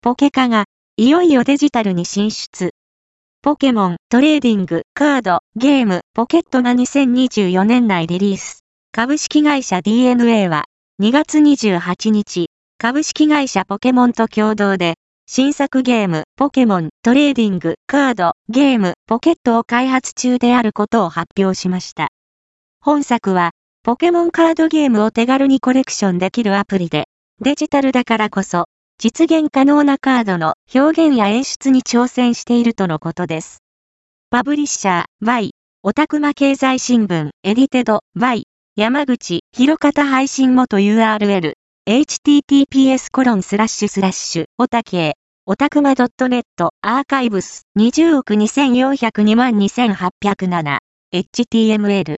ポケカが、いよいよデジタルに進出。ポケモン、トレーディング、カード、ゲーム、ポケットが2024年内リリース。株式会社 DNA は、2月28日、株式会社ポケモンと共同で、新作ゲーム、ポケモン、トレーディング、カード、ゲーム、ポケットを開発中であることを発表しました。本作は、ポケモンカードゲームを手軽にコレクションできるアプリで、デジタルだからこそ、実現可能なカードの表現や演出に挑戦しているとのことです。パブリッシャー、Y、オタクマ経済新聞、エディテド、Y、山口、広方配信元 URL、https:// オタケー、オタクマ .net、アーカイブス、2024022807、HTML。